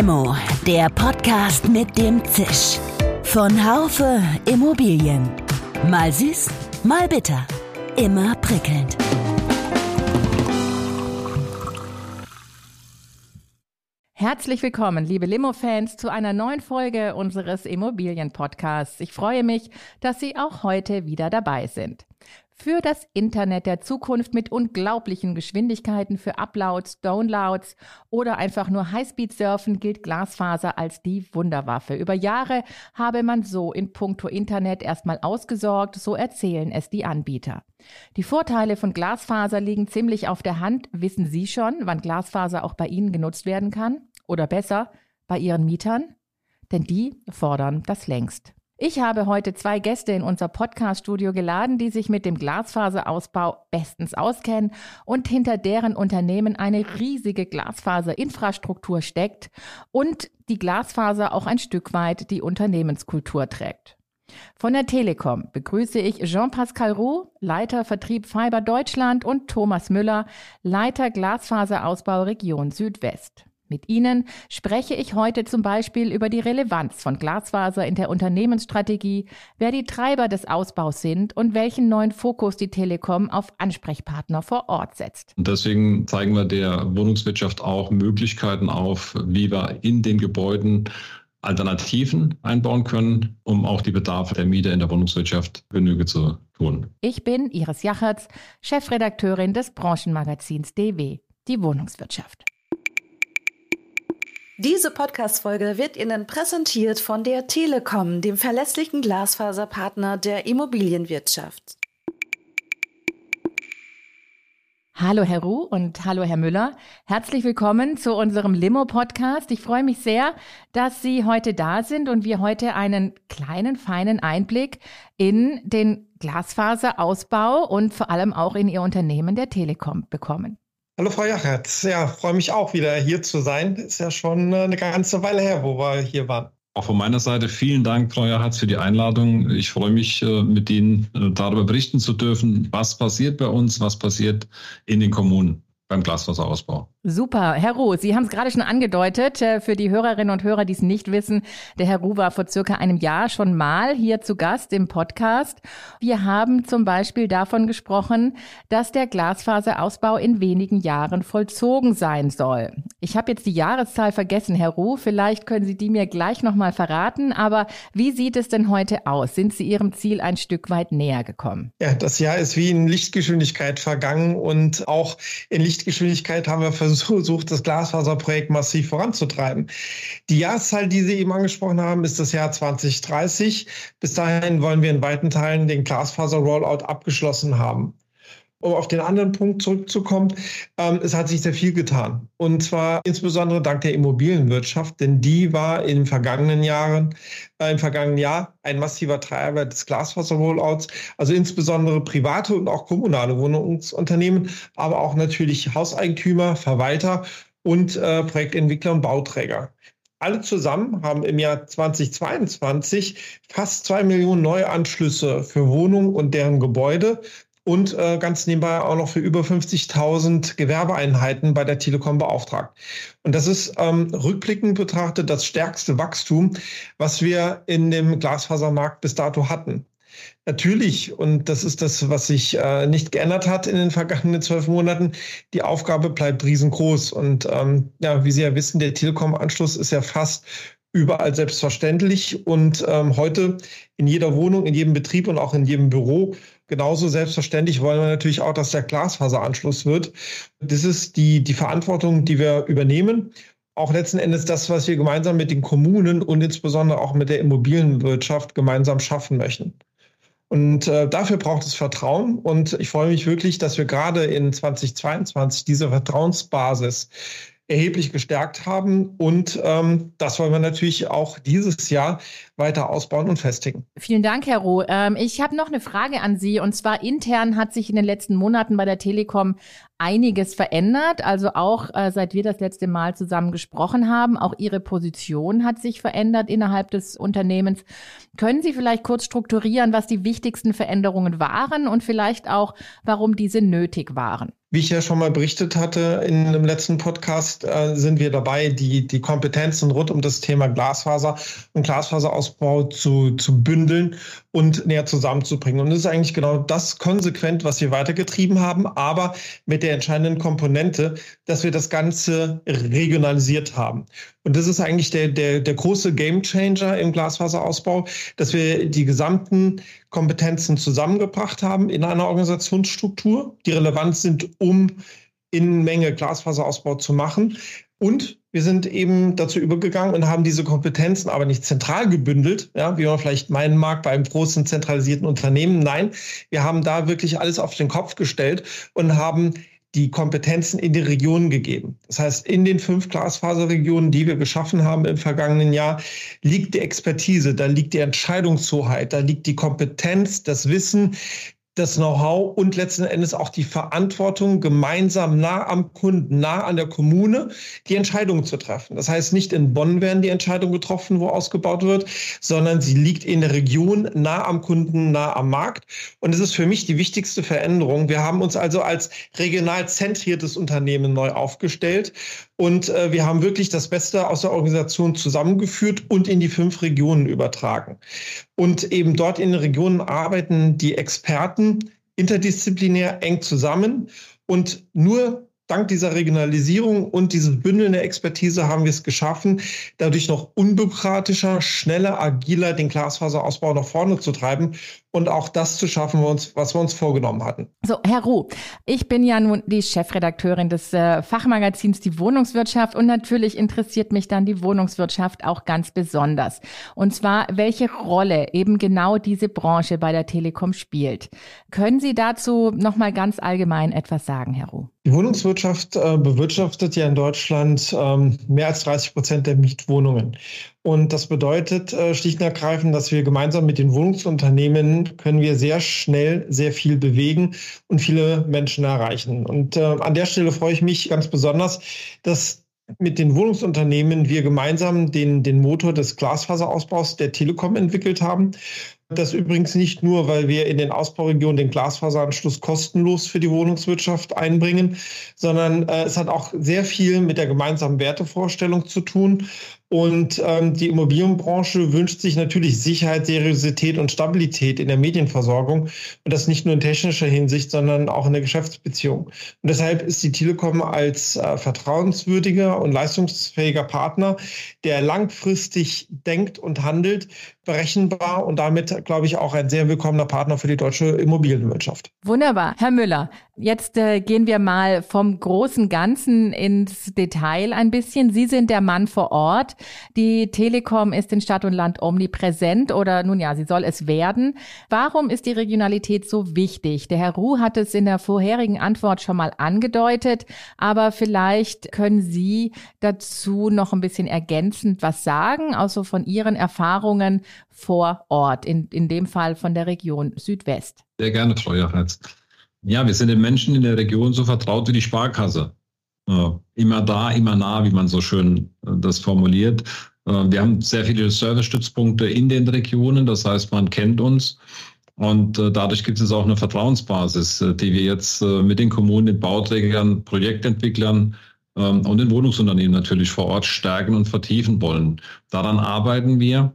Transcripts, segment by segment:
Limo, der Podcast mit dem Zisch. Von Haufe Immobilien. Mal süß, mal bitter. Immer prickelnd. Herzlich willkommen, liebe Limo-Fans, zu einer neuen Folge unseres Immobilien-Podcasts. Ich freue mich, dass Sie auch heute wieder dabei sind. Für das Internet der Zukunft mit unglaublichen Geschwindigkeiten für Uploads, Downloads oder einfach nur Highspeed-Surfen gilt Glasfaser als die Wunderwaffe. Über Jahre habe man so in puncto Internet erstmal ausgesorgt, so erzählen es die Anbieter. Die Vorteile von Glasfaser liegen ziemlich auf der Hand. Wissen Sie schon, wann Glasfaser auch bei Ihnen genutzt werden kann? Oder besser, bei Ihren Mietern? Denn die fordern das längst. Ich habe heute 2 Gäste in unser Podcast-Studio geladen, die sich mit dem Glasfaserausbau bestens auskennen und hinter deren Unternehmen eine riesige Glasfaserinfrastruktur steckt und die Glasfaser auch ein Stück weit die Unternehmenskultur trägt. Von der Telekom begrüße ich Jean-Pascal Roux, Leiter Vertrieb Fiber Deutschland, und Thomas Müller, Leiter Glasfaserausbau Region Südwest. Mit Ihnen spreche ich heute zum Beispiel über die Relevanz von Glasfaser in der Unternehmensstrategie, wer die Treiber des Ausbaus sind und welchen neuen Fokus die Telekom auf Ansprechpartner vor Ort setzt. Und deswegen zeigen wir der Wohnungswirtschaft auch Möglichkeiten auf, wie wir in den Gebäuden Alternativen einbauen können, um auch die Bedarfe der Mieter in der Wohnungswirtschaft Genüge zu tun. Ich bin Iris Jachertz, Chefredakteurin des Branchenmagazins DW, die Wohnungswirtschaft. Diese Podcast-Folge wird Ihnen präsentiert von der Telekom, dem verlässlichen Glasfaserpartner der Immobilienwirtschaft. Hallo Herr Roux und hallo Herr Müller. Herzlich willkommen zu unserem Limo-Podcast. Ich freue mich sehr, dass Sie heute da sind und wir heute einen kleinen, feinen Einblick in den Glasfaserausbau und vor allem auch in Ihr Unternehmen der Telekom bekommen. Hallo Frau Jachertz, ja, freue mich auch wieder hier zu sein. Ist ja schon eine ganze Weile her, wo wir hier waren. Auch von meiner Seite vielen Dank, Frau Jachertz, für die Einladung. Ich freue mich, mit Ihnen darüber berichten zu dürfen, was passiert bei uns, was passiert in den Kommunen beim Glasfaserausbau. Super. Herr Roux, Sie haben es gerade schon angedeutet, für die Hörerinnen und Hörer, die es nicht wissen, der Herr Roux war vor circa einem Jahr schon mal hier zu Gast im Podcast. Wir haben zum Beispiel davon gesprochen, dass der Glasfaserausbau in wenigen Jahren vollzogen sein soll. Ich habe jetzt die Jahreszahl vergessen, Herr Roux, vielleicht können Sie die mir gleich nochmal verraten, aber wie sieht es denn heute aus? Sind Sie Ihrem Ziel ein Stück weit näher gekommen? Ja, das Jahr ist wie in Lichtgeschwindigkeit vergangen und auch in Lichtgeschwindigkeit haben wir versucht, das Glasfaserprojekt massiv voranzutreiben. Die Jahreszahl, die Sie eben angesprochen haben, ist das Jahr 2030. Bis dahin wollen wir in weiten Teilen den Glasfaser-Rollout abgeschlossen haben. Um auf den anderen Punkt zurückzukommen, es hat sich sehr viel getan. Und zwar insbesondere dank der Immobilienwirtschaft, denn die war im vergangenen Jahr ein massiver Treiber des Glasfaser-Rollouts. Also insbesondere private und auch kommunale Wohnungsunternehmen, aber auch natürlich Hauseigentümer, Verwalter und Projektentwickler und Bauträger. Alle zusammen haben im Jahr 2022 fast 2 Millionen neue Anschlüsse für Wohnungen und deren Gebäude und ganz nebenbei auch noch für über 50.000 Gewerbeeinheiten bei der Telekom beauftragt. Und das ist rückblickend betrachtet das stärkste Wachstum, was wir in dem Glasfasermarkt bis dato hatten. Natürlich, und das ist das, was sich nicht geändert hat in den vergangenen 12 Monaten, die Aufgabe bleibt riesengroß. Und wie Sie ja wissen, der Telekom-Anschluss ist ja fast überall selbstverständlich und heute in jeder Wohnung, in jedem Betrieb und auch in jedem Büro genauso selbstverständlich wollen wir natürlich auch, dass der Glasfaseranschluss wird. Das ist die Verantwortung, die wir übernehmen. Auch letzten Endes das, was wir gemeinsam mit den Kommunen und insbesondere auch mit der Immobilienwirtschaft gemeinsam schaffen möchten. Und dafür braucht es Vertrauen. Und ich freue mich wirklich, dass wir gerade in 2022 diese Vertrauensbasis erheblich gestärkt haben. Und das wollen wir natürlich auch dieses Jahr weiter ausbauen und festigen. Vielen Dank, Herr Roux. Ich habe noch eine Frage an Sie. Und zwar intern hat sich in den letzten Monaten bei der Telekom einiges verändert. Also auch seit wir das letzte Mal zusammen gesprochen haben. Auch Ihre Position hat sich verändert innerhalb des Unternehmens. Können Sie vielleicht kurz strukturieren, was die wichtigsten Veränderungen waren und vielleicht auch, warum diese nötig waren? Wie ich ja schon mal berichtet hatte in dem letzten Podcast, sind wir dabei, die Kompetenzen rund um das Thema Glasfaser und Glasfaserausbau zu bündeln und näher zusammenzubringen. Und das ist eigentlich genau das konsequent, was wir weitergetrieben haben, aber mit der entscheidenden Komponente, dass wir das Ganze regionalisiert haben. Und das ist eigentlich der große Gamechanger im Glasfaserausbau, dass wir die gesamten Kompetenzen zusammengebracht haben in einer Organisationsstruktur, die relevant sind, um in Menge Glasfaserausbau zu machen. Und wir sind eben dazu übergegangen und haben diese Kompetenzen aber nicht zentral gebündelt, ja, wie man vielleicht meinen mag bei einem großen zentralisierten Unternehmen. Nein, wir haben da wirklich alles auf den Kopf gestellt und haben die Kompetenzen in die Regionen gegeben. Das heißt, in den 5 Glasfaserregionen, die wir geschaffen haben im vergangenen Jahr, liegt die Expertise, da liegt die Entscheidungshoheit, da liegt die Kompetenz, das Wissen, das Know-how und letzten Endes auch die Verantwortung, gemeinsam nah am Kunden, nah an der Kommune die Entscheidungen zu treffen. Das heißt, nicht in Bonn werden die Entscheidungen getroffen, wo ausgebaut wird, sondern sie liegt in der Region, nah am Kunden, nah am Markt. Und das ist für mich die wichtigste Veränderung. Wir haben uns also als regional zentriertes Unternehmen neu aufgestellt und wir haben wirklich das Beste aus der Organisation zusammengeführt und in die 5 Regionen übertragen. Und eben dort in den Regionen arbeiten die Experten interdisziplinär eng zusammen. Und nur dank dieser Regionalisierung und dieses Bündeln der Expertise haben wir es geschaffen, dadurch noch unbürokratischer, schneller, agiler den Glasfaserausbau nach vorne zu treiben und auch das zu schaffen, was wir uns vorgenommen hatten. So, Herr Ruh, ich bin ja nun die Chefredakteurin des Fachmagazins Die Wohnungswirtschaft und natürlich interessiert mich dann die Wohnungswirtschaft auch ganz besonders. Und zwar, welche Rolle eben genau diese Branche bei der Telekom spielt. Können Sie dazu nochmal ganz allgemein etwas sagen, Herr Ruh? Die Wohnungswirtschaft bewirtschaftet ja in Deutschland mehr als 30% der Mietwohnungen. Und das bedeutet schlicht und ergreifend, dass wir gemeinsam mit den Wohnungsunternehmen können wir sehr schnell sehr viel bewegen und viele Menschen erreichen. Und an der Stelle freue ich mich ganz besonders, dass mit den Wohnungsunternehmen wir gemeinsam den Motor des Glasfaserausbaus der Telekom entwickelt haben. Das übrigens nicht nur, weil wir in den Ausbauregionen den Glasfaseranschluss kostenlos für die Wohnungswirtschaft einbringen, sondern es hat auch sehr viel mit der gemeinsamen Wertevorstellung zu tun. Und die Immobilienbranche wünscht sich natürlich Sicherheit, Seriosität und Stabilität in der Medienversorgung. Und das nicht nur in technischer Hinsicht, sondern auch in der Geschäftsbeziehung. Und deshalb ist die Telekom als vertrauenswürdiger und leistungsfähiger Partner, der langfristig denkt und handelt, berechenbar und damit, glaube ich, auch ein sehr willkommener Partner für die deutsche Immobilienwirtschaft. Wunderbar. Herr Müller, jetzt gehen wir mal vom großen Ganzen ins Detail ein bisschen. Sie sind der Mann vor Ort. Die Telekom ist in Stadt und Land omnipräsent oder nun ja, sie soll es werden. Warum ist die Regionalität so wichtig? Der Herr Ruh hat es in der vorherigen Antwort schon mal angedeutet, aber vielleicht können Sie dazu noch ein bisschen ergänzend was sagen, also von Ihren Erfahrungen vor Ort, in dem Fall von der Region Südwest. Sehr gerne, Frau Jachetz. Ja, wir sind den Menschen in der Region so vertraut wie die Sparkasse. Immer da, immer nah, wie man so schön das formuliert. Wir haben sehr viele Servicestützpunkte in den Regionen, das heißt, man kennt uns. Und dadurch gibt es auch eine Vertrauensbasis, die wir jetzt mit den Kommunen, den Bauträgern, Projektentwicklern und den Wohnungsunternehmen natürlich vor Ort stärken und vertiefen wollen. Daran arbeiten wir.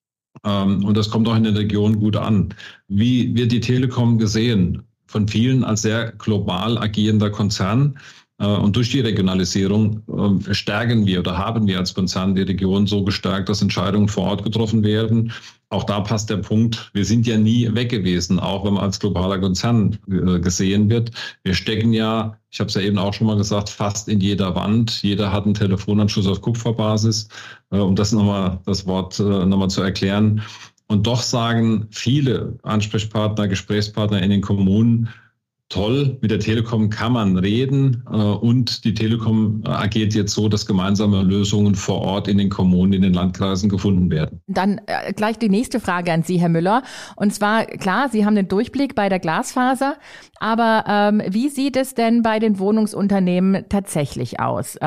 Und das kommt auch in der Region gut an. Wie wird die Telekom gesehen? Von vielen als sehr global agierender Konzern. Und durch die Regionalisierung stärken wir oder haben wir als Konzern die Region so gestärkt, dass Entscheidungen vor Ort getroffen werden. Auch da passt der Punkt, wir sind ja nie weg gewesen, auch wenn man als globaler Konzern gesehen wird. Wir stecken ja, ich habe es ja eben auch schon mal gesagt, fast in jeder Wand. Jeder hat einen Telefonanschluss auf Kupferbasis, um das Wort nochmal zu erklären. Und doch sagen viele Ansprechpartner, Gesprächspartner in den Kommunen, toll, mit der Telekom kann man reden und die Telekom agiert jetzt so, dass gemeinsame Lösungen vor Ort in den Kommunen, in den Landkreisen gefunden werden. Dann gleich die nächste Frage an Sie, Herr Müller. Und zwar, klar, Sie haben den Durchblick bei der Glasfaser, aber wie sieht es denn bei den Wohnungsunternehmen tatsächlich aus?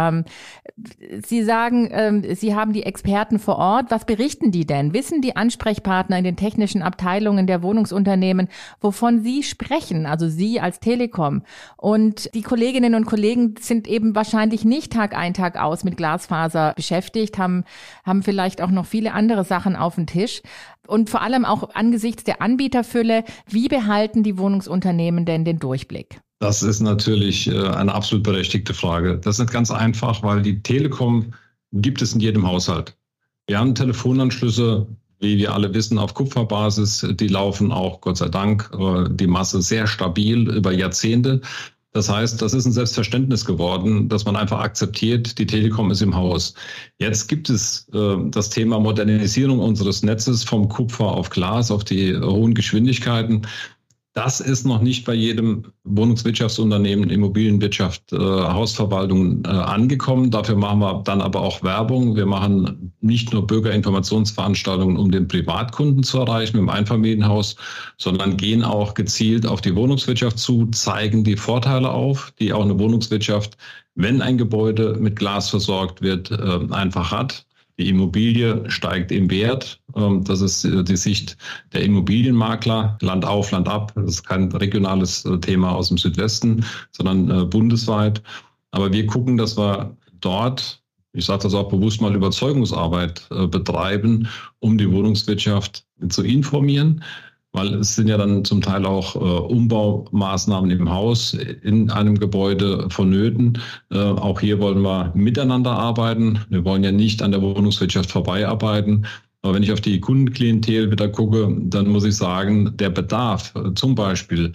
Sie sagen, Sie haben die Experten vor Ort. Was berichten die denn? Wissen die Ansprechpartner in den technischen Abteilungen der Wohnungsunternehmen, wovon Sie sprechen? Also Sie als Telekom. Und die Kolleginnen und Kollegen sind eben wahrscheinlich nicht Tag ein, Tag aus mit Glasfaser beschäftigt, haben vielleicht auch noch viele andere Sachen auf dem Tisch. Und vor allem auch angesichts der Anbieterfülle, wie behalten die Wohnungsunternehmen denn den Durchblick? Das ist natürlich eine absolut berechtigte Frage. Das ist nicht ganz einfach, weil die Telekom gibt es in jedem Haushalt. Wir haben Telefonanschlüsse, wie wir alle wissen, auf Kupferbasis. Die laufen auch, Gott sei Dank, die Masse sehr stabil über Jahrzehnte. Das heißt, das ist ein Selbstverständnis geworden, dass man einfach akzeptiert, die Telekom ist im Haus. Jetzt gibt es das Thema Modernisierung unseres Netzes vom Kupfer auf Glas, auf die hohen Geschwindigkeiten. Das ist noch nicht bei jedem Wohnungswirtschaftsunternehmen, Immobilienwirtschaft, Hausverwaltung angekommen. Dafür machen wir dann aber auch Werbung. Wir machen nicht nur Bürgerinformationsveranstaltungen, um den Privatkunden zu erreichen im Einfamilienhaus, sondern gehen auch gezielt auf die Wohnungswirtschaft zu, zeigen die Vorteile auf, die auch eine Wohnungswirtschaft, wenn ein Gebäude mit Glas versorgt wird, einfach hat. Die Immobilie steigt im Wert. Das ist die Sicht der Immobilienmakler, Land auf, Land ab. Das ist kein regionales Thema aus dem Südwesten, sondern bundesweit. Aber wir gucken, dass wir dort, ich sage das auch bewusst mal, Überzeugungsarbeit betreiben, um die Wohnungswirtschaft zu informieren. Weil es sind ja dann zum Teil auch Umbaumaßnahmen im Haus, in einem Gebäude vonnöten. Auch hier wollen wir miteinander arbeiten. Wir wollen ja nicht an der Wohnungswirtschaft vorbeiarbeiten. Aber wenn ich auf die Kundenklientel wieder gucke, dann muss ich sagen, der Bedarf zum Beispiel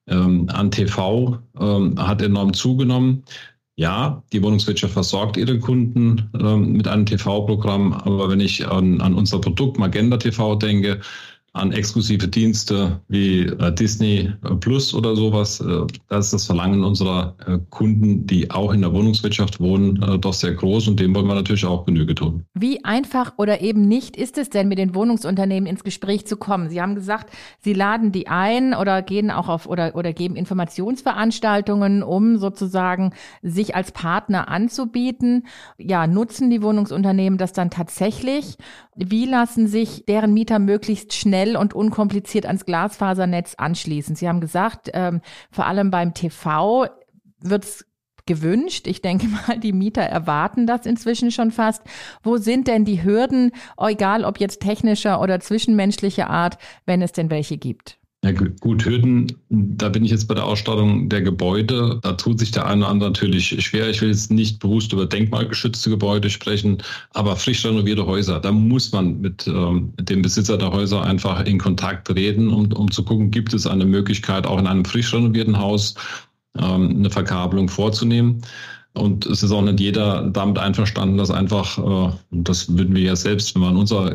an TV hat enorm zugenommen. Ja, die Wohnungswirtschaft versorgt ihre Kunden mit einem TV-Programm. Aber wenn ich an unser Produkt Magenta TV denke, an exklusive Dienste wie Disney Plus oder sowas. Das ist das Verlangen unserer Kunden, die auch in der Wohnungswirtschaft wohnen, doch sehr groß und dem wollen wir natürlich auch Genüge tun. Wie einfach oder eben nicht ist es denn, mit den Wohnungsunternehmen ins Gespräch zu kommen? Sie haben gesagt, Sie laden die ein oder gehen auch auf oder geben Informationsveranstaltungen, um sozusagen sich als Partner anzubieten. Ja, nutzen die Wohnungsunternehmen das dann tatsächlich? Wie lassen sich deren Mieter möglichst schnell und unkompliziert ans Glasfasernetz anschließen? Sie haben gesagt, vor allem beim TV wird's gewünscht. Ich denke mal, die Mieter erwarten das inzwischen schon fast. Wo sind denn die Hürden, egal ob jetzt technischer oder zwischenmenschlicher Art, wenn es denn welche gibt? Ja gut, Hürden, da bin ich jetzt bei der Ausstattung der Gebäude. Da tut sich der eine oder andere natürlich schwer. Ich will jetzt nicht bewusst über denkmalgeschützte Gebäude sprechen, aber frisch renovierte Häuser. Da muss man mit dem Besitzer der Häuser einfach in Kontakt treten, um zu gucken, gibt es eine Möglichkeit, auch in einem frisch renovierten Haus eine Verkabelung vorzunehmen. Und es ist auch nicht jeder damit einverstanden, dass einfach, das würden wir ja selbst, wenn wir an unser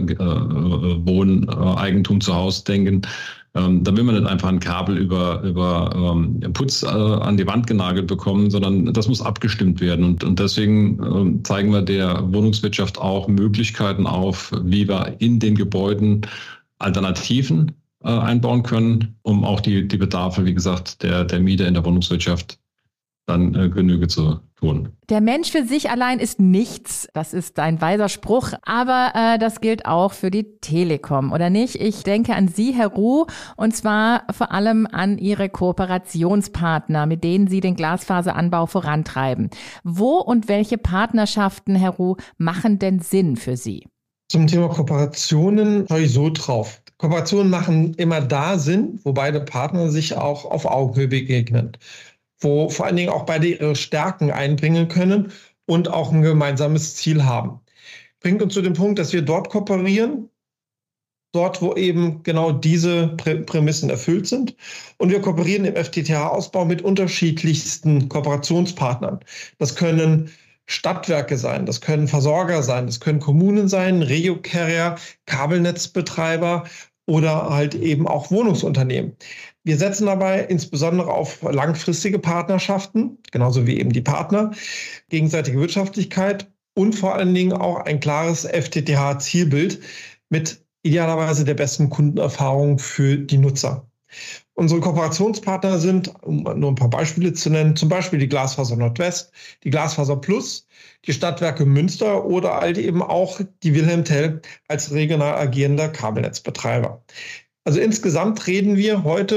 Wohneigentum zu Hause denken, da will man nicht einfach ein Kabel über Putz an die Wand genagelt bekommen, sondern das muss abgestimmt werden. Und deswegen zeigen wir der Wohnungswirtschaft auch Möglichkeiten auf, wie wir in den Gebäuden Alternativen einbauen können, um auch die Bedarfe, wie gesagt, der Mieter in der Wohnungswirtschaft dann Genüge zu tun. Der Mensch für sich allein ist nichts. Das ist ein weiser Spruch, aber das gilt auch für die Telekom, oder nicht? Ich denke an Sie, Herr Ruh, und zwar vor allem an Ihre Kooperationspartner, mit denen Sie den Glasfaseranbau vorantreiben. Wo und welche Partnerschaften, Herr Ruh, machen denn Sinn für Sie? Zum Thema Kooperationen schaue ich so drauf. Kooperationen machen immer da Sinn, wo beide Partner sich auch auf Augenhöhe begegnen, wo vor allen Dingen auch beide ihre Stärken einbringen können und auch ein gemeinsames Ziel haben. Bringt uns zu dem Punkt, dass wir dort kooperieren, dort, wo eben genau diese Prämissen erfüllt sind. Und wir kooperieren im FTTH-Ausbau mit unterschiedlichsten Kooperationspartnern. Das können Stadtwerke sein, das können Versorger sein, das können Kommunen sein, Regio-Carrier, Kabelnetzbetreiber oder halt eben auch Wohnungsunternehmen. Wir setzen dabei insbesondere auf langfristige Partnerschaften, genauso wie eben die Partner, gegenseitige Wirtschaftlichkeit und vor allen Dingen auch ein klares FTTH-Zielbild mit idealerweise der besten Kundenerfahrung für die Nutzer. Unsere Kooperationspartner sind, um nur ein paar Beispiele zu nennen, zum Beispiel die Glasfaser Nordwest, die Glasfaser Plus, die Stadtwerke Münster oder halt eben auch die Wilhelm Tell als regional agierender Kabelnetzbetreiber. Also insgesamt reden wir heute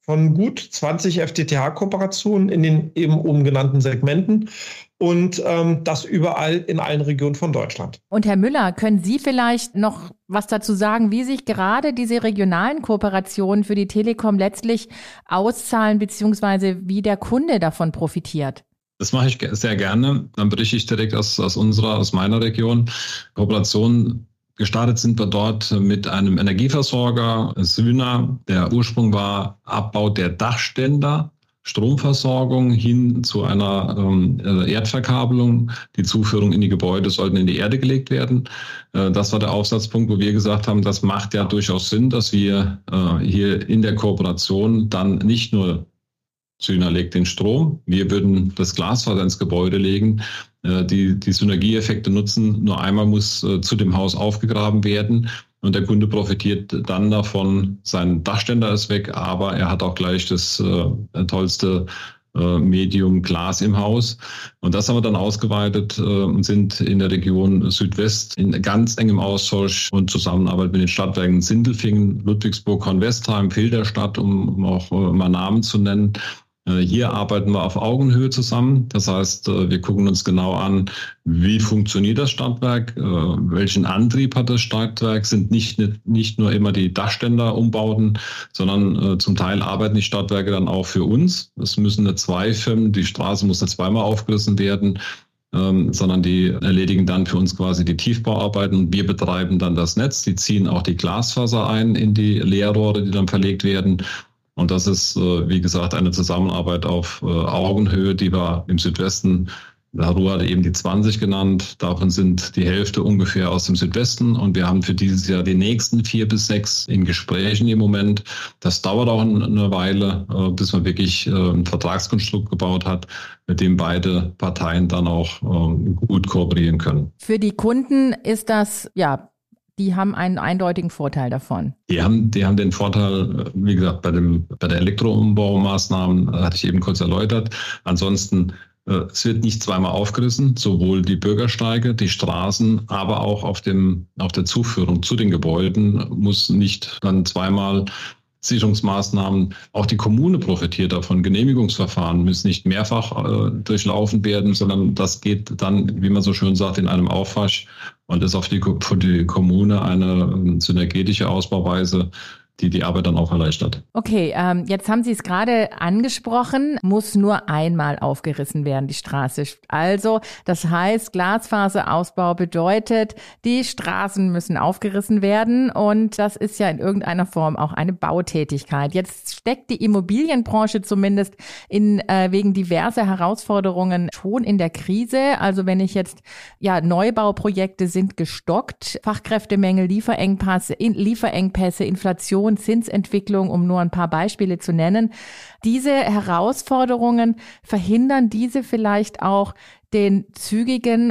von gut 20 FTTH-Kooperationen in den eben oben genannten Segmenten und das überall in allen Regionen von Deutschland. Und Herr Müller, können Sie vielleicht noch was dazu sagen, wie sich gerade diese regionalen Kooperationen für die Telekom letztlich auszahlen, beziehungsweise wie der Kunde davon profitiert? Das mache ich sehr gerne. Dann berichte ich direkt aus meiner Region. Kooperation gestartet sind wir dort mit einem Energieversorger, Syna. Der Ursprung war Abbau der Dachständer, Stromversorgung hin zu einer Erdverkabelung. Die Zuführung in die Gebäude sollten in die Erde gelegt werden. Das war der Aufsatzpunkt, wo wir gesagt haben, das macht ja durchaus Sinn, dass wir hier in der Kooperation dann nicht nur Syna legt den Strom, wir würden das Glasfaser ins Gebäude legen, die Synergieeffekte nutzen. Nur einmal muss zu dem Haus aufgegraben werden und der Kunde profitiert dann davon. Sein Dachständer ist weg, aber er hat auch gleich das tollste Medium Glas im Haus. Und das haben wir dann ausgeweitet und sind in der Region Südwest in ganz engem Austausch und Zusammenarbeit mit den Stadtwerken Sindelfingen, Ludwigsburg, Kornwestheim, Filderstadt, um auch mal Namen zu nennen. Hier arbeiten wir auf Augenhöhe zusammen. Das heißt, wir gucken uns genau an, wie funktioniert das Stadtwerk, welchen Antrieb hat das Stadtwerk, sind nicht nur immer die Dachständerumbauten, sondern zum Teil arbeiten die Stadtwerke dann auch für uns. Es müssen nicht zwei Firmen, die Straße muss nicht zweimal aufgerissen werden, sondern die erledigen dann für uns quasi die Tiefbauarbeiten und wir betreiben dann das Netz. Die ziehen auch die Glasfaser ein in die Leerrohre, die dann verlegt werden. Und das ist, wie gesagt, eine Zusammenarbeit auf Augenhöhe, die wir im Südwesten, Herr Ruhr hat eben die 20 genannt, davon sind die Hälfte ungefähr aus dem Südwesten und wir haben für dieses Jahr die nächsten 4 bis 6 in Gesprächen im Moment. Das dauert auch eine Weile, bis man wirklich ein Vertragskonstrukt gebaut hat, mit dem beide Parteien dann auch gut kooperieren können. Für die Kunden ist das, die haben einen eindeutigen Vorteil davon. Die haben den Vorteil, wie gesagt, bei der Elektroumbaumaßnahmen, hatte ich eben kurz erläutert. Ansonsten, es wird nicht zweimal aufgerissen, sowohl die Bürgersteige, die Straßen, aber auch auf der Zuführung zu den Gebäuden muss nicht dann zweimal Sicherungsmaßnahmen. Auch die Kommune profitiert davon. Genehmigungsverfahren müssen nicht mehrfach durchlaufen werden, sondern das geht dann, wie man so schön sagt, in einem Aufwasch und ist für die Kommune eine synergetische Ausbauweise, die Arbeit dann auch erleichtert. Okay, jetzt haben Sie es gerade angesprochen, muss nur einmal aufgerissen werden, die Straße. Also, das heißt, Glasfaserausbau bedeutet, die Straßen müssen aufgerissen werden und das ist ja in irgendeiner Form auch eine Bautätigkeit. Jetzt steckt die Immobilienbranche zumindest wegen diverser Herausforderungen schon in der Krise. Also wenn ich jetzt, Neubauprojekte sind gestockt, Fachkräftemängel, Lieferengpässe, Inflation, Zinsentwicklung, um nur ein paar Beispiele zu nennen. Diese Herausforderungen verhindern diese vielleicht auch den zügigeren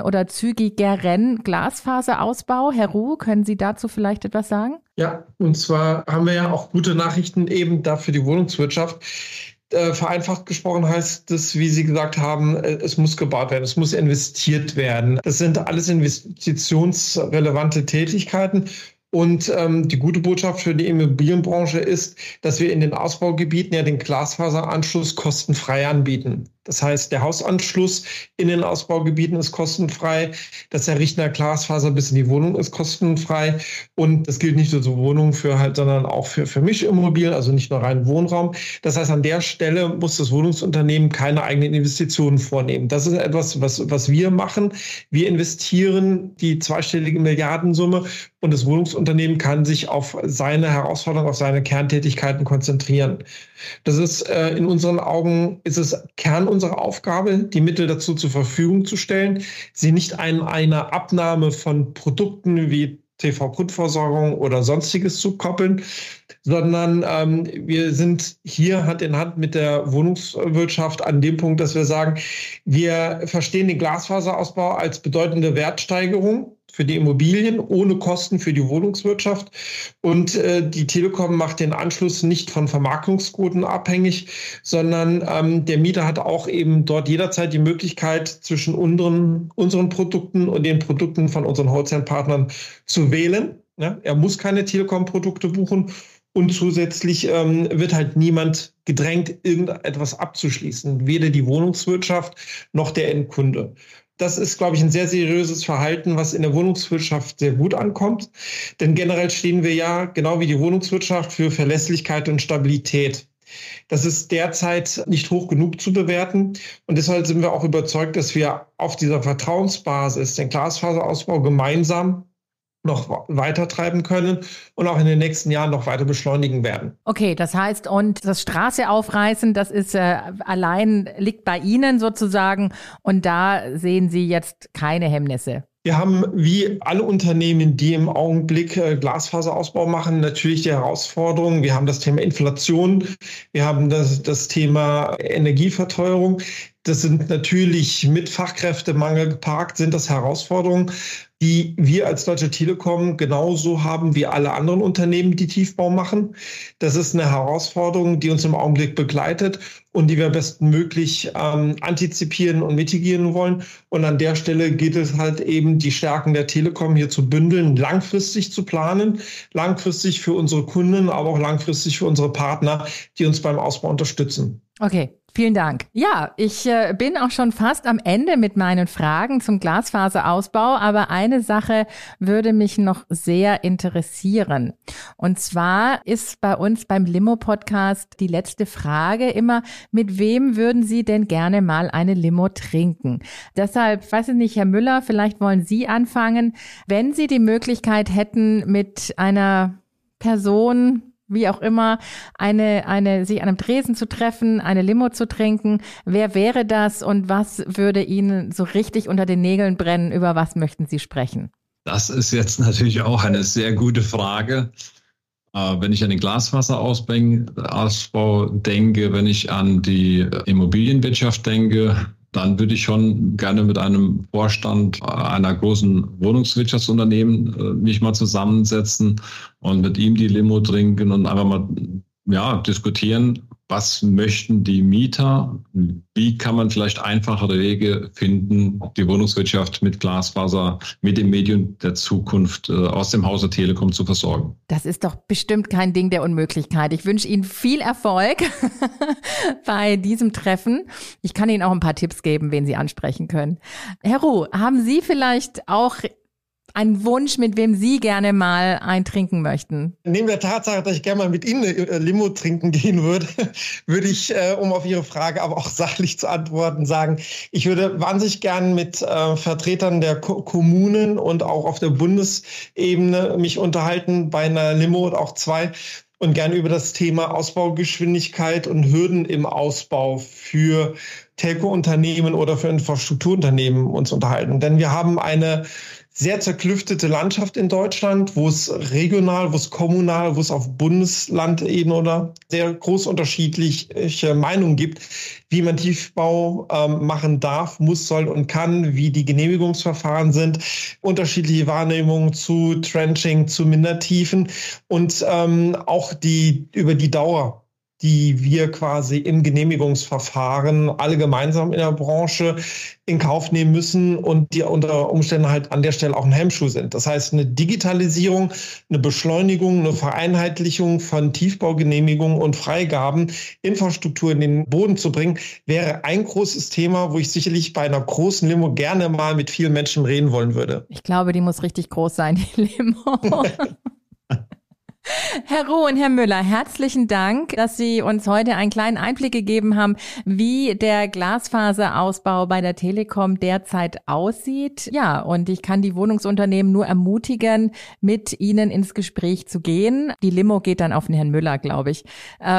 Glasfaserausbau? Herr Ruh, können Sie dazu vielleicht etwas sagen? Ja, und zwar haben wir ja auch gute Nachrichten eben da für die Wohnungswirtschaft. Vereinfacht gesprochen heißt das, wie Sie gesagt haben, es muss gebaut werden, es muss investiert werden. Das sind alles investitionsrelevante Tätigkeiten. Und die gute Botschaft für die Immobilienbranche ist, dass wir in den Ausbaugebieten ja den Glasfaseranschluss kostenfrei anbieten. Das heißt, der Hausanschluss in den Ausbaugebieten ist kostenfrei. Das Errichten der Glasfaser bis in die Wohnung ist kostenfrei. Und das gilt nicht nur zur Wohnung sondern auch für Mischimmobilien, also nicht nur rein Wohnraum. Das heißt, an der Stelle muss das Wohnungsunternehmen keine eigenen Investitionen vornehmen. Das ist etwas, was wir machen. Wir investieren die zweistellige Milliardensumme und das Wohnungsunternehmen kann sich auf seine Herausforderungen, auf seine Kerntätigkeiten konzentrieren. Das ist in unseren Augen ist es Kern unserer Aufgabe, die Mittel dazu zur Verfügung zu stellen, sie nicht einer Abnahme von Produkten wie TV-Grundversorgung oder Sonstiges zu koppeln, sondern wir sind hier Hand in Hand mit der Wohnungswirtschaft an dem Punkt, dass wir sagen, wir verstehen den Glasfaserausbau als bedeutende Wertsteigerung für die Immobilien, ohne Kosten für die Wohnungswirtschaft. Und die Telekom macht den Anschluss nicht von Vermarktungsquoten abhängig, sondern der Mieter hat auch eben dort jederzeit die Möglichkeit, zwischen unseren Produkten und den Produkten von unseren Wholesale-Partnern zu wählen. Ja, er muss keine Telekom-Produkte buchen. Und zusätzlich wird halt niemand gedrängt, irgendetwas abzuschließen, weder die Wohnungswirtschaft noch der Endkunde. Das ist, glaube ich, ein sehr seriöses Verhalten, was in der Wohnungswirtschaft sehr gut ankommt. Denn generell stehen wir ja, genau wie die Wohnungswirtschaft, für Verlässlichkeit und Stabilität. Das ist derzeit nicht hoch genug zu bewerten. Und deshalb sind wir auch überzeugt, dass wir auf dieser Vertrauensbasis den Glasfaserausbau gemeinsam noch weiter treiben können und auch in den nächsten Jahren noch weiter beschleunigen werden. Okay, das heißt, und das Straße aufreißen, das ist allein liegt bei Ihnen sozusagen und da sehen Sie jetzt keine Hemmnisse. Wir haben, wie alle Unternehmen, die im Augenblick Glasfaserausbau machen, natürlich die Herausforderungen. Wir haben das Thema Inflation, wir haben das Thema Energieverteuerung. Das sind natürlich mit Fachkräftemangel gepaart, sind das Herausforderungen, die wir als Deutsche Telekom genauso haben wie alle anderen Unternehmen, die Tiefbau machen. Das ist eine Herausforderung, die uns im Augenblick begleitet und die wir bestmöglich antizipieren und mitigieren wollen. Und an der Stelle geht es halt eben, die Stärken der Telekom hier zu bündeln, langfristig zu planen, langfristig für unsere Kunden, aber auch langfristig für unsere Partner, die uns beim Ausbau unterstützen. Okay. Vielen Dank. Ja, ich bin auch schon fast am Ende mit meinen Fragen zum Glasfaserausbau, aber eine Sache würde mich noch sehr interessieren. Und zwar ist bei uns beim Limo-Podcast die letzte Frage immer, mit wem würden Sie denn gerne mal eine Limo trinken? Deshalb, weiß ich nicht, Herr Müller, vielleicht wollen Sie anfangen. Wenn Sie die Möglichkeit hätten, mit einer Person, wie auch immer, sich an einem Tresen zu treffen, eine Limo zu trinken. Wer wäre das und was würde Ihnen so richtig unter den Nägeln brennen? Über was möchten Sie sprechen? Das ist jetzt natürlich auch eine sehr gute Frage. Wenn ich an den Glasfaserausbau denke, wenn ich an die Immobilienwirtschaft denke, dann würde ich schon gerne mit einem Vorstand einer großen Wohnungswirtschaftsunternehmen mich mal zusammensetzen und mit ihm die Limo trinken und einfach mal diskutieren, was möchten die Mieter, wie kann man vielleicht einfachere Wege finden, die Wohnungswirtschaft mit Glasfaser, mit dem Medium der Zukunft aus dem Hause Telekom zu versorgen. Das ist doch bestimmt kein Ding der Unmöglichkeit. Ich wünsche Ihnen viel Erfolg bei diesem Treffen. Ich kann Ihnen auch ein paar Tipps geben, wen Sie ansprechen können. Herr Ruh, haben Sie vielleicht auch einen Wunsch, mit wem Sie gerne mal eintrinken möchten? Neben der Tatsache, dass ich gerne mal mit Ihnen eine Limo trinken gehen würde, würde ich, um auf Ihre Frage aber auch sachlich zu antworten, sagen, ich würde wahnsinnig gern mit Vertretern der Kommunen und auch auf der Bundesebene mich unterhalten, bei einer Limo und auch zwei, und gerne über das Thema Ausbaugeschwindigkeit und Hürden im Ausbau für Telco-Unternehmen oder für Infrastrukturunternehmen uns unterhalten. Denn wir haben eine sehr zerklüftete Landschaft in Deutschland, wo es regional, wo es kommunal, wo es auf Bundeslandebene oder sehr groß unterschiedliche Meinungen gibt, wie man Tiefbau machen darf, muss, soll und kann, wie die Genehmigungsverfahren sind, unterschiedliche Wahrnehmungen zu Trenching, zu Mindertiefen und auch über die Dauer, die wir quasi im Genehmigungsverfahren alle gemeinsam in der Branche in Kauf nehmen müssen und die unter Umständen halt an der Stelle auch ein Hemmschuh sind. Das heißt, eine Digitalisierung, eine Beschleunigung, eine Vereinheitlichung von Tiefbaugenehmigungen und Freigaben, Infrastruktur in den Boden zu bringen, wäre ein großes Thema, wo ich sicherlich bei einer großen Limo gerne mal mit vielen Menschen reden wollen würde. Ich glaube, die muss richtig groß sein, die Limo. Herr Ruh und Herr Müller, herzlichen Dank, dass Sie uns heute einen kleinen Einblick gegeben haben, wie der Glasfaserausbau bei der Telekom derzeit aussieht. Ja, und ich kann die Wohnungsunternehmen nur ermutigen, mit Ihnen ins Gespräch zu gehen. Die Limo geht dann auf den Herrn Müller, glaube ich.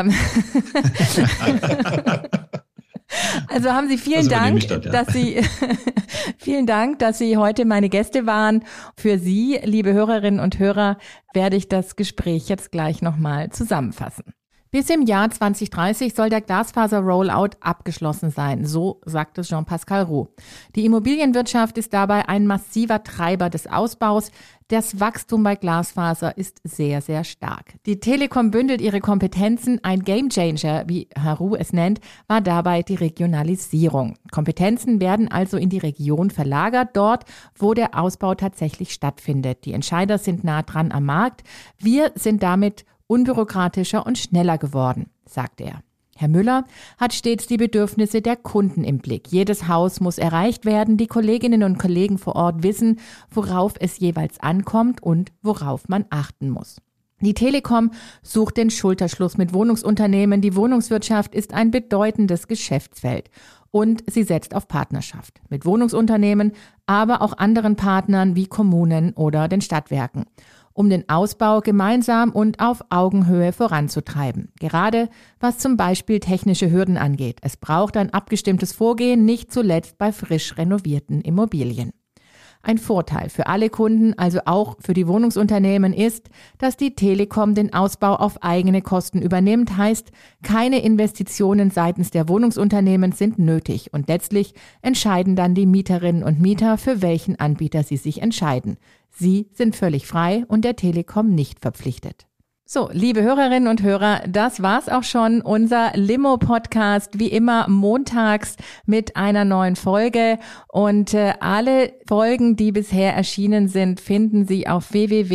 Also haben Sie vielen Dank, vielen Dank, dass Sie heute meine Gäste waren. Für Sie, liebe Hörerinnen und Hörer, werde ich das Gespräch jetzt gleich nochmal zusammenfassen. Bis im Jahr 2030 soll der Glasfaser-Rollout abgeschlossen sein, so sagte Jean-Pascal Roux. Die Immobilienwirtschaft ist dabei ein massiver Treiber des Ausbaus. Das Wachstum bei Glasfaser ist sehr, sehr stark. Die Telekom bündelt ihre Kompetenzen. Ein Gamechanger, wie Herr Roux es nennt, war dabei die Regionalisierung. Kompetenzen werden also in die Region verlagert, dort, wo der Ausbau tatsächlich stattfindet. Die Entscheider sind nah dran am Markt. Wir sind damit unbürokratischer und schneller geworden, sagt er. Herr Müller hat stets die Bedürfnisse der Kunden im Blick. Jedes Haus muss erreicht werden. Die Kolleginnen und Kollegen vor Ort wissen, worauf es jeweils ankommt und worauf man achten muss. Die Telekom sucht den Schulterschluss mit Wohnungsunternehmen. Die Wohnungswirtschaft ist ein bedeutendes Geschäftsfeld und sie setzt auf Partnerschaft mit Wohnungsunternehmen, aber auch anderen Partnern wie Kommunen oder den Stadtwerken, um den Ausbau gemeinsam und auf Augenhöhe voranzutreiben. Gerade was zum Beispiel technische Hürden angeht. Es braucht ein abgestimmtes Vorgehen, nicht zuletzt bei frisch renovierten Immobilien. Ein Vorteil für alle Kunden, also auch für die Wohnungsunternehmen, ist, dass die Telekom den Ausbau auf eigene Kosten übernimmt. Heißt, keine Investitionen seitens der Wohnungsunternehmen sind nötig und letztlich entscheiden dann die Mieterinnen und Mieter, für welchen Anbieter sie sich entscheiden. Sie sind völlig frei und der Telekom nicht verpflichtet. So, liebe Hörerinnen und Hörer, das war's auch schon, unser Limo-Podcast, wie immer montags mit einer neuen Folge. Und alle Folgen, die bisher erschienen sind, finden Sie auf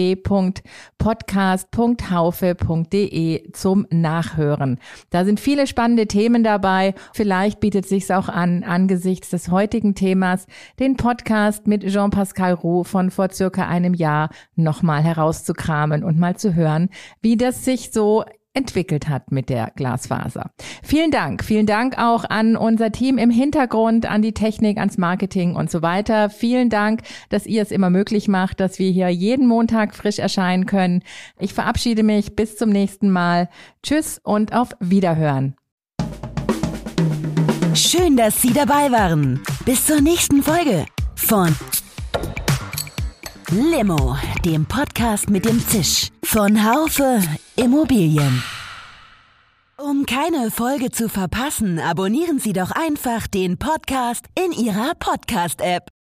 www.podcast.haufe.de zum Nachhören. Da sind viele spannende Themen dabei. Vielleicht bietet es sich auch an, angesichts des heutigen Themas, den Podcast mit Jean-Pascal Roux von vor circa einem Jahr nochmal herauszukramen und mal zu hören, wie das sich so entwickelt hat mit der Glasfaser. Vielen Dank auch an unser Team im Hintergrund, an die Technik, ans Marketing und so weiter. Vielen Dank, dass ihr es immer möglich macht, dass wir hier jeden Montag frisch erscheinen können. Ich verabschiede mich, bis zum nächsten Mal. Tschüss und auf Wiederhören. Schön, dass Sie dabei waren. Bis zur nächsten Folge von Limo, dem Podcast mit dem Zisch von Haufe Immobilien. Um keine Folge zu verpassen, abonnieren Sie doch einfach den Podcast in Ihrer Podcast-App.